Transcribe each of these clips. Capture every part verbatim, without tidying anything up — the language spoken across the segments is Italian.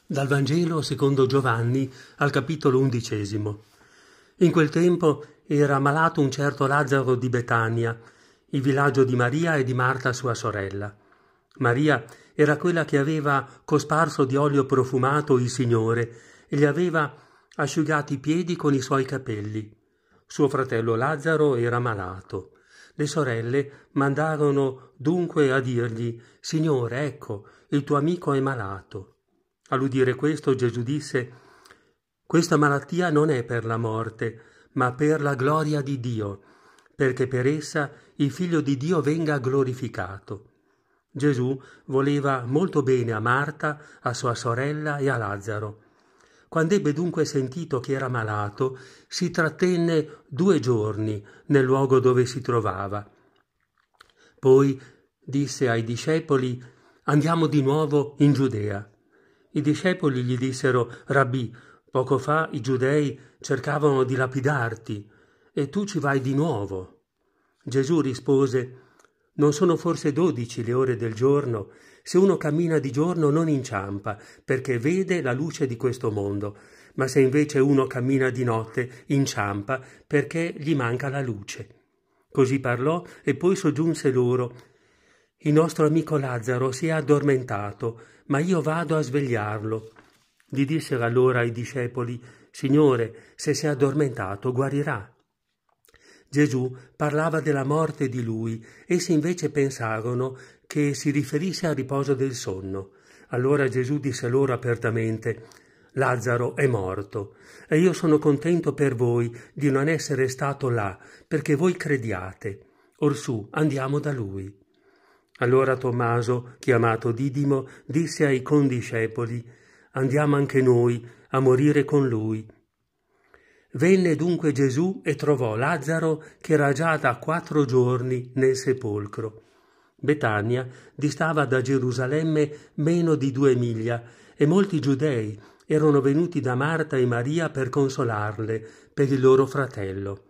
Dal Vangelo secondo Giovanni al capitolo undicesimo. In quel tempo era malato un certo Lazzaro di Betania, il villaggio di Maria e di Marta sua sorella. Maria era quella che aveva cosparso di olio profumato il Signore e gli aveva asciugati i piedi con i suoi capelli. Suo fratello Lazzaro era malato. Le sorelle mandarono dunque a dirgli: «Signore, ecco, il tuo amico è malato». All'udire questo Gesù disse: «Questa malattia non è per la morte, ma per la gloria di Dio, perché per essa il Figlio di Dio venga glorificato». Gesù voleva molto bene a Marta, a sua sorella e a Lazzaro. Quando ebbe dunque sentito che era malato, si trattenne due giorni nel luogo dove si trovava. Poi disse ai discepoli: «Andiamo di nuovo in Giudea». I discepoli gli dissero: «Rabbì, poco fa i giudei cercavano di lapidarti, e tu ci vai di nuovo». Gesù rispose: «Non sono forse dodici le ore del giorno? Se uno cammina di giorno non inciampa, perché vede la luce di questo mondo, ma se invece uno cammina di notte, inciampa, perché gli manca la luce». Così parlò e poi soggiunse loro: «Il nostro amico Lazzaro si è addormentato, ma io vado a svegliarlo». Gli dissero allora i discepoli: «Signore, se si è addormentato, guarirà». Gesù parlava della morte di lui, essi invece pensarono che si riferisse al riposo del sonno. Allora Gesù disse loro apertamente: «Lazzaro è morto, e io sono contento per voi di non essere stato là, perché voi crediate. Orsù, andiamo da lui». Allora Tommaso, chiamato Didimo, disse ai condiscepoli: «Andiamo anche noi a morire con lui». Venne dunque Gesù e trovò Lazzaro che era già da quattro giorni nel sepolcro. Betania distava da Gerusalemme meno di due miglia e molti giudei erano venuti da Marta e Maria per consolarle per il loro fratello.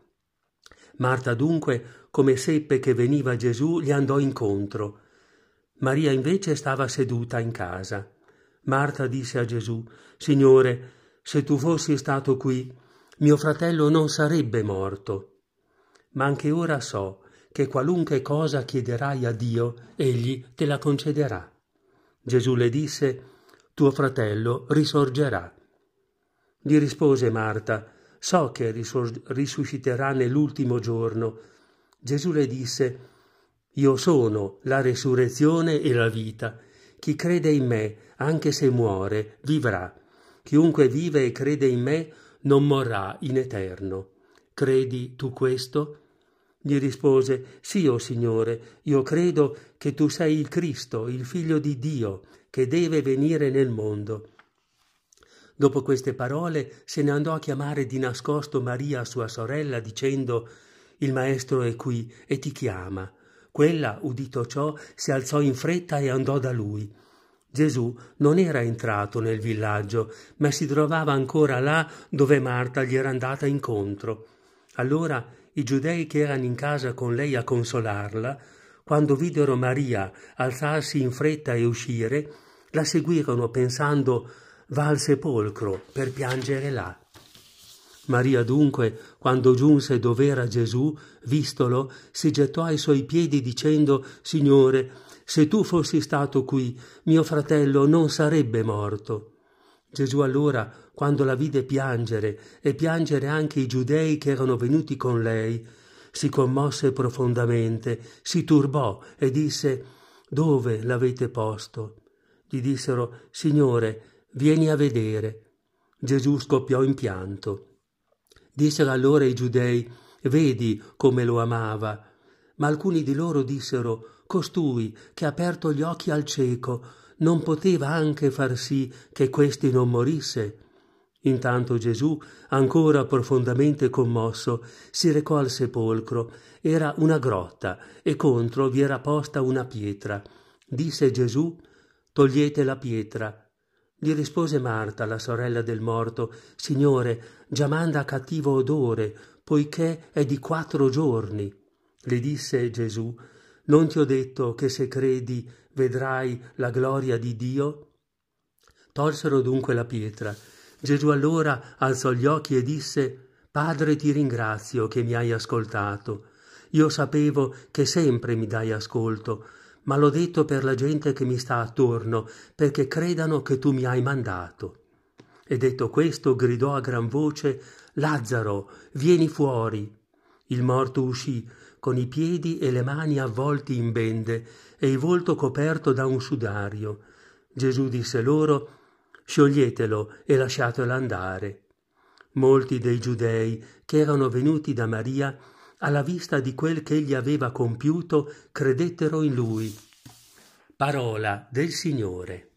Marta dunque, come seppe che veniva Gesù, gli andò incontro. Maria invece stava seduta in casa. Marta disse a Gesù: «Signore, se tu fossi stato qui, mio fratello non sarebbe morto. Ma anche ora so che qualunque cosa chiederai a Dio, egli te la concederà». Gesù le disse: «Tuo fratello risorgerà». Gli rispose Marta: «So che risusciterà nell'ultimo giorno». Gesù le disse: «Io sono la resurrezione e la vita. Chi crede in me, anche se muore, vivrà. Chiunque vive e crede in me non morrà in eterno. Credi tu questo?» Gli rispose: «Sì, o Signore, io credo che tu sei il Cristo, il Figlio di Dio, che deve venire nel mondo». Dopo queste parole se ne andò a chiamare di nascosto Maria, sua sorella, dicendo: «Il Maestro è qui e ti chiama». Quella, udito ciò, si alzò in fretta e andò da lui. Gesù non era entrato nel villaggio, ma si trovava ancora là dove Marta gli era andata incontro. Allora i giudei che erano in casa con lei a consolarla, quando videro Maria alzarsi in fretta e uscire, la seguirono pensando: «Va al sepolcro per piangere là». Maria dunque, quando giunse dov'era Gesù, vistolo, si gettò ai suoi piedi dicendo: «Signore, se tu fossi stato qui, mio fratello non sarebbe morto». Gesù allora, quando la vide piangere e piangere anche i giudei che erano venuti con lei, si commosse profondamente, si turbò e disse: «Dove l'avete posto?» Gli dissero: «Signore, vieni a vedere». Gesù scoppiò in pianto. Dissero allora i giudei: «Vedi come lo amava». Ma alcuni di loro dissero: «Costui che ha aperto gli occhi al cieco non poteva anche far sì che questi non morisse?» Intanto Gesù, ancora profondamente commosso, si recò al sepolcro. Era una grotta e contro vi era posta una pietra. Disse Gesù: «Togliete la pietra». Gli rispose Marta, la sorella del morto: «Signore, già manda cattivo odore, poiché è di quattro giorni». Le disse Gesù: «Non ti ho detto che se credi vedrai la gloria di Dio?» Tolsero dunque la pietra. Gesù allora alzò gli occhi e disse: «Padre, ti ringrazio che mi hai ascoltato. Io sapevo che sempre mi dai ascolto, ma l'ho detto per la gente che mi sta attorno, perché credano che tu mi hai mandato». E detto questo gridò a gran voce: «Lazzaro, vieni fuori!» Il morto uscì, con i piedi e le mani avvolti in bende e il volto coperto da un sudario. Gesù disse loro: «Scioglietelo e lasciatelo andare». Molti dei giudei che erano venuti da Maria, alla vista di quel che egli aveva compiuto, credettero in lui. Parola del Signore.